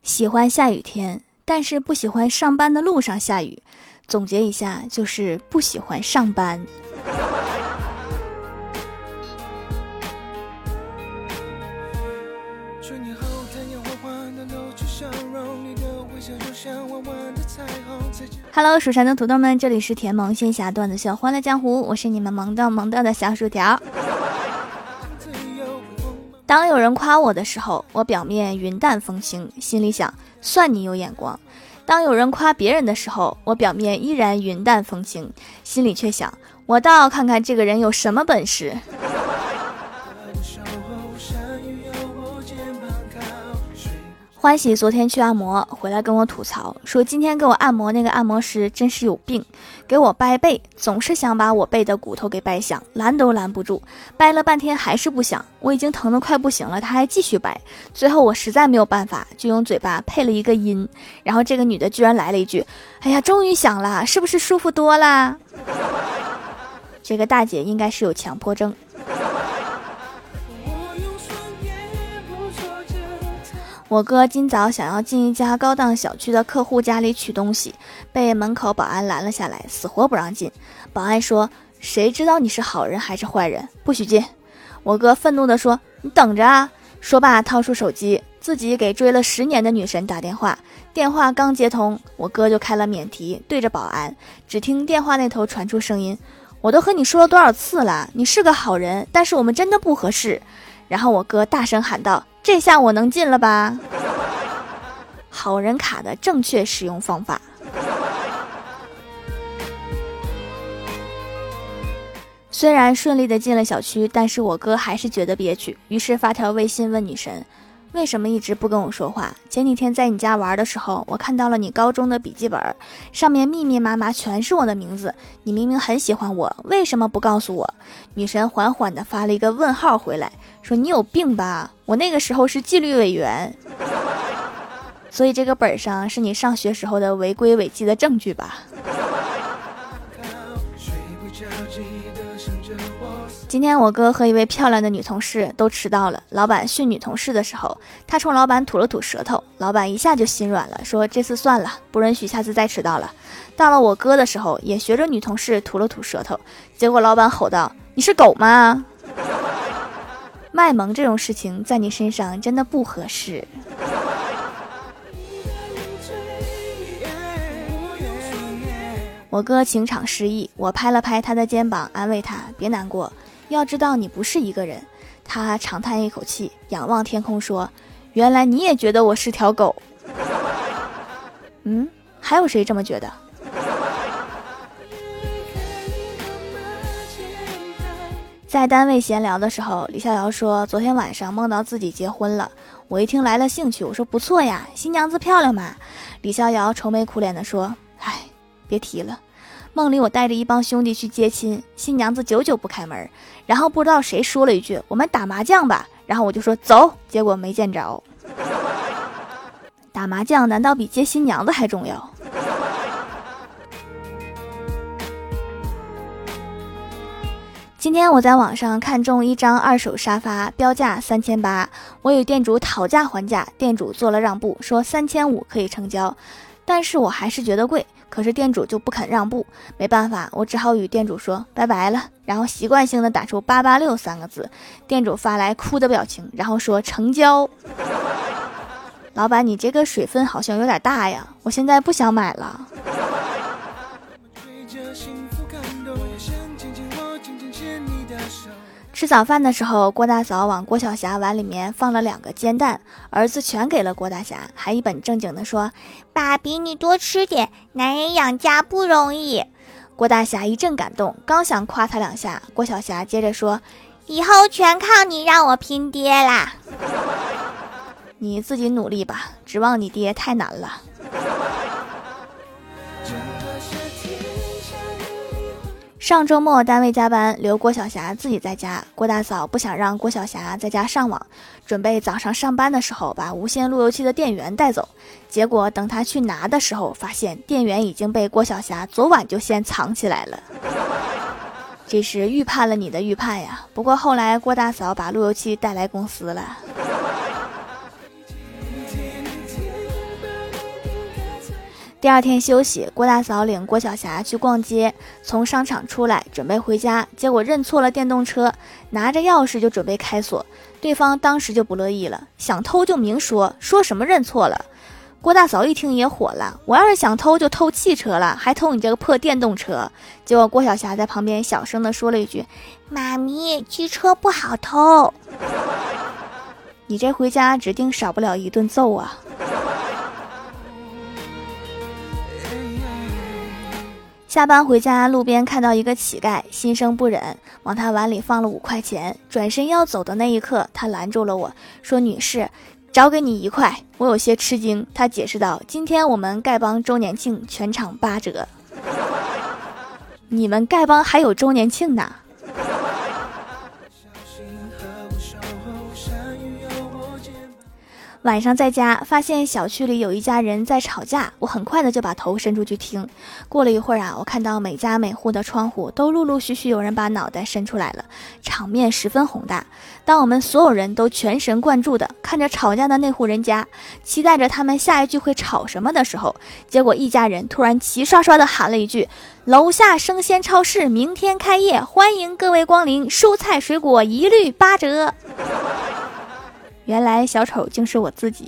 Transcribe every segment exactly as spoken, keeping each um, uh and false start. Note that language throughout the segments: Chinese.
喜欢下雨天，但是不喜欢上班的路上下雨。总结一下，就是不喜欢上班。Hello， 蜀山的土豆们，这里是甜萌仙侠段子秀欢乐江湖，我是你们萌到萌到的小薯条。当有人夸我的时候，我表面云淡风轻，心里想算你有眼光；当有人夸别人的时候，我表面依然云淡风轻，心里却想我倒要看看这个人有什么本事。欢喜昨天去按摩回来跟我吐槽说，今天给我按摩那个按摩师真是有病，给我掰背总是想把我背的骨头给掰响，拦都拦不住，掰了半天还是不响，我已经疼得快不行了，他还继续掰，最后我实在没有办法，就用嘴巴配了一个音，然后这个女的居然来了一句，哎呀终于响了，是不是舒服多啦？这个大姐应该是有强迫症。我哥今早想要进一家高档小区的客户家里取东西，被门口保安拦了下来，死活不让进。保安说，谁知道你是好人还是坏人，不许进。我哥愤怒地说，你等着啊。说罢掏出手机，自己给追了十年的女神打电话，电话刚接通，我哥就开了免提，对着保安。只听电话那头传出声音，我都和你说了多少次了，你是个好人，但是我们真的不合适。然后我哥大声喊道，这下我能进了吧？好人卡的正确使用方法。虽然顺利的进了小区，但是我哥还是觉得憋屈，于是发条微信问女神，为什么一直不跟我说话？前几天在你家玩的时候，我看到了你高中的笔记本，上面密密麻麻全是我的名字，你明明很喜欢我，为什么不告诉我？女神缓缓地发了一个问号回来，说你有病吧，我那个时候是纪律委员，所以这个本上是你上学时候的违规违纪的证据吧。今天我哥和一位漂亮的女同事都迟到了，老板训女同事的时候，他冲老板吐了吐舌头，老板一下就心软了，说这次算了，不允许下次再迟到了。到了我哥的时候，也学着女同事吐了吐舌头，结果老板吼道，你是狗吗？卖萌这种事情在你身上真的不合适。我哥情场失意，我拍了拍他的肩膀，安慰他，别难过，要知道你不是一个人。他长叹一口气，仰望天空说，原来你也觉得我是条狗。嗯，还有谁这么觉得？在单位闲聊的时候，李逍遥说昨天晚上梦到自己结婚了，我一听来了兴趣，我说不错呀，新娘子漂亮嘛。李逍遥愁眉苦脸地说，唉，别提了，梦里我带着一帮兄弟去接亲，新娘子久久不开门，然后不知道谁说了一句，我们打麻将吧，然后我就说走，结果没见着。打麻将难道比接新娘子还重要？今天我在网上看中一张二手沙发，标价三千八，我与店主讨价还价，店主做了让步，说三千五可以成交，但是我还是觉得贵，可是店主就不肯让步，没办法，我只好与店主说拜拜了，然后习惯性的打出八八六三个字，店主发来哭的表情，然后说成交。老板，你这个水分好像有点大呀，我现在不想买了。吃早饭的时候，郭大嫂往郭晓霞碗里面放了两个煎蛋，儿子全给了郭大侠，还一本正经地说，爸比你多吃点，男人养家不容易。郭大侠一阵感动，刚想夸他两下，郭晓霞接着说，以后全靠你让我拼爹啦。你自己努力吧，指望你爹太难了。上周末单位加班，留郭晓霞自己在家。郭大嫂不想让郭晓霞在家上网，准备早上上班的时候把无线路由器的电源带走。结果等她去拿的时候，发现电源已经被郭晓霞昨晚就先藏起来了。这是预判了你的预判呀！不过后来郭大嫂把路由器带来公司了。 第二天休息，郭大嫂领郭晓霞去逛街，从商场出来准备回家，结果认错了电动车，拿着钥匙就准备开锁，对方当时就不乐意了，想偷就明说，说什么认错了。郭大嫂一听也火了，我要是想偷就偷汽车了，还偷你这个破电动车。结果郭晓霞在旁边小声的说了一句，妈咪，汽车不好偷。你这回家指定少不了一顿揍啊。下班回家，路边看到一个乞丐，心生不忍，往他碗里放了五块钱，转身要走的那一刻，他拦住了我，说女士，找给你一块。我有些吃惊，他解释道，今天我们丐帮周年庆全场八折。你们丐帮还有周年庆呢？晚上在家发现小区里有一家人在吵架，我很快的就把头伸出去听。过了一会儿啊，我看到每家每户的窗户都陆陆续续有人把脑袋伸出来了，场面十分宏大。当我们所有人都全神贯注的看着吵架的那户人家，期待着他们下一句会吵什么的时候，结果一家人突然齐刷刷的喊了一句，楼下生鲜超市明天开业，欢迎各位光临，蔬菜水果一律八折。原来小丑竟是我自己。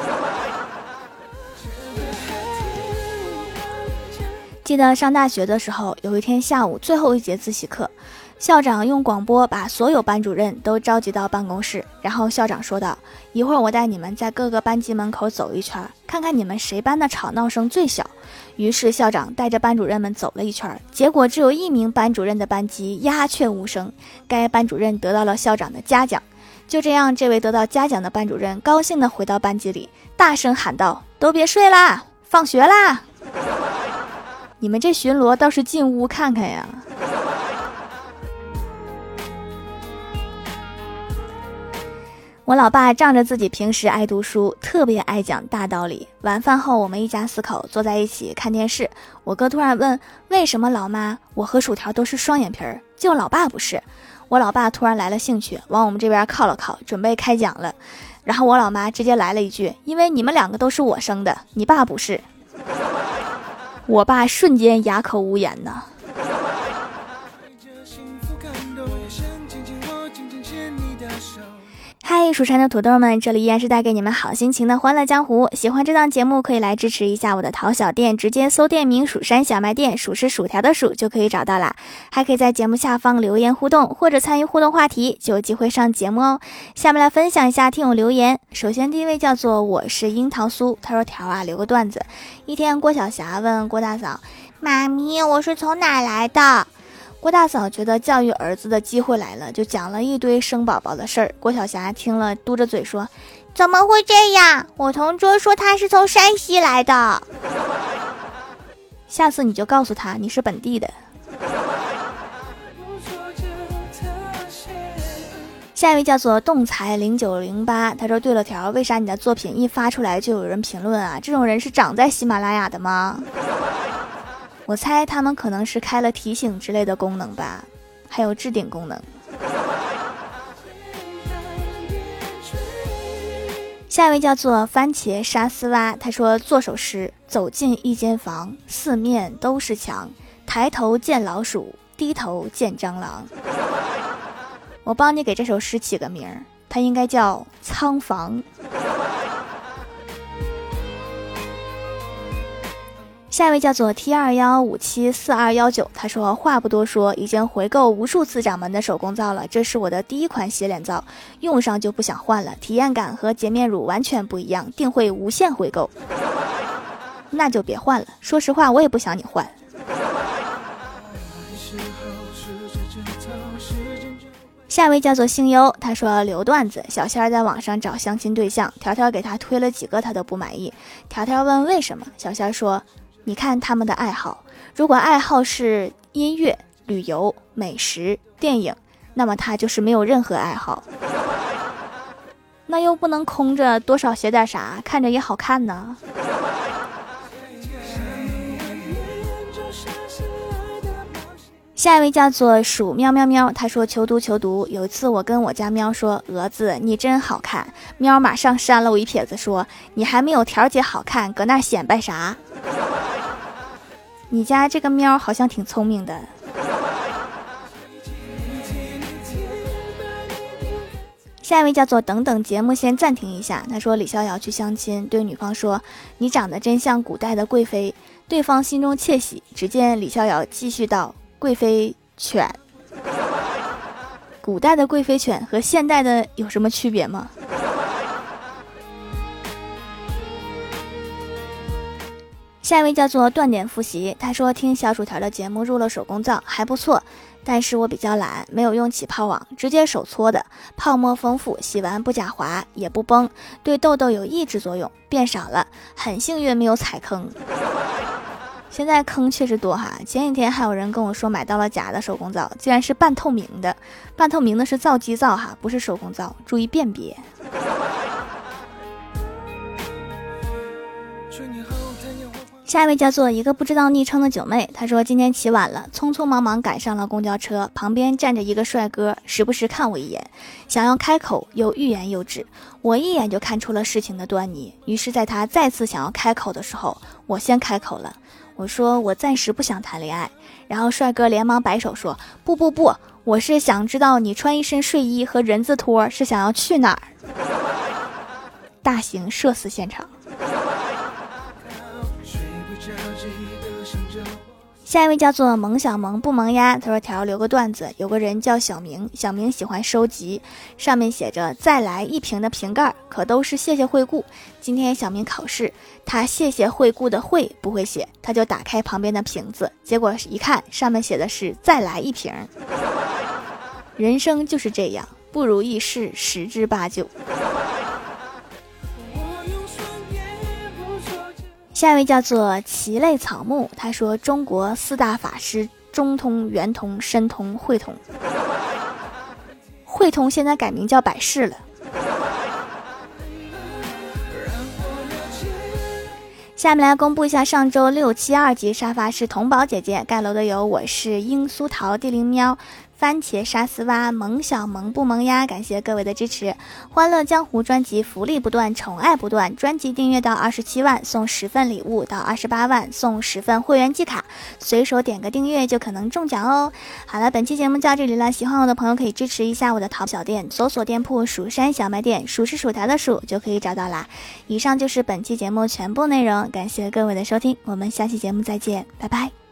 记得上大学的时候，有一天下午最后一节自习课，校长用广播把所有班主任都召集到办公室，然后校长说道，一会儿我带你们在各个班级门口走一圈，看看你们谁班的吵闹声最小。于是校长带着班主任们走了一圈，结果只有一名班主任的班级鸦雀无声，该班主任得到了校长的嘉奖。就这样，这位得到嘉奖的班主任高兴地回到班级里，大声喊道，都别睡啦，放学啦。你们这巡逻倒是进屋看看呀。我老爸仗着自己平时爱读书，特别爱讲大道理。晚饭后，我们一家四口坐在一起看电视，我哥突然问，为什么老妈我和薯条都是双眼皮儿，就老爸不是？我老爸突然来了兴趣，往我们这边靠了靠，准备开讲了。然后我老妈直接来了一句，因为你们两个都是我生的，你爸不是。我爸瞬间哑口无言呢。嗨，蜀山的土豆们，这里依然是带给你们好心情的欢乐江湖。喜欢这档节目可以来支持一下我的淘小店，直接搜店名蜀山小卖店，数是薯条的数就可以找到啦。还可以在节目下方留言互动，或者参与互动话题，就有机会上节目哦。下面来分享一下听友留言。首先第一位叫做我是樱桃酥，他说条啊留个段子。一天郭晓霞问郭大嫂，妈咪我是从哪来的？郭大嫂觉得教育儿子的机会来了，就讲了一堆生宝宝的事儿。郭晓霞听了嘟着嘴说，怎么会这样？我同桌说他是从山西来的。下次你就告诉他你是本地的。下一位叫做动财零九零八，他说对了条，为啥你的作品一发出来就有人评论啊？这种人是长在喜马拉雅的吗？我猜他们可能是开了提醒之类的功能吧，还有置顶功能。下一位叫做番茄沙丝蛙，他说做首诗，走进一间房，四面都是墙，抬头见老鼠，低头见蟑螂。我帮你给这首诗起个名儿，它应该叫仓房。下一位叫做 T 二一五七四二一九，他说话不多说，已经回购无数次掌门的手工皂了，这是我的第一款洗脸皂，用上就不想换了，体验感和洁面乳完全不一样，定会无限回购。那就别换了，说实话我也不想你换。下一位叫做星优，他说留段子，小仙儿在网上找相亲对象，条条给他推了几个他都不满意，条条问为什么，小仙儿说你看他们的爱好，如果爱好是音乐、旅游、美食、电影，那么他就是没有任何爱好。那又不能空着，多少写点啥，看着也好看呢。下一位叫做鼠喵喵喵，他说求读求读。有一次我跟我家喵说，蛾子你真好看，喵马上扇了我一撇子说，你还没有条姐好看，搁那显摆啥？ 你家这个喵好像挺聪明的。下一位叫做等等节目先暂停一下，他说李逍遥去相亲，对女方说你长得真像古代的贵妃，对方心中窃喜，只见李逍遥继续道贵妃犬。古代的贵妃犬和现代的有什么区别吗？下一位叫做断点复习，他说听小薯条的节目入了手工皂还不错，但是我比较懒，没有用起泡网，直接手搓的，泡沫丰富，洗完不假滑也不崩，对痘痘有抑制作用，变少了，很幸运没有踩坑。现在坑确实多哈，前几天还有人跟我说买到了假的手工皂，竟然是半透明的，半透明的是皂基皂哈，不是手工皂，注意辨别。下一位叫做一个不知道昵称的九妹，她说今天起晚了，匆匆忙忙赶上了公交车，旁边站着一个帅哥，时不时看我一眼，想要开口又欲言又止，我一眼就看出了事情的端倪，于是在他再次想要开口的时候，我先开口了，我说我暂时不想谈恋爱，然后帅哥连忙摆手说不不不，我是想知道你穿一身睡衣和人字拖是想要去哪儿。大型社死现场。下一位叫做萌小萌不萌呀，他说条留个段子，有个人叫小明，小明喜欢收集，上面写着再来一瓶的瓶盖，可都是谢谢惠顾。今天小明考试，他谢谢惠顾的惠不会写，他就打开旁边的瓶子，结果一看上面写的是再来一瓶。人生就是这样，不如意事十之八九。下一位叫做奇类草木，他说中国四大法师中通、圆通、申通、慧通，慧通现在改名叫百世了。下面来公布一下上周六七二级沙发是童宝姐姐盖楼的有我是罂苏桃、地灵喵、番茄沙丝蛙、萌小萌不萌呀，感谢各位的支持。欢乐江湖专辑福利不断，宠爱不断，专辑订阅到二十七万送十份礼物，到二十八万送十份会员季卡，随手点个订阅就可能中奖哦。好了，本期节目就到这里了，喜欢我的朋友可以支持一下我的淘小店，搜索店铺蜀山小卖店，数是薯条的数就可以找到啦。以上就是本期节目全部内容，感谢各位的收听，我们下期节目再见，拜拜。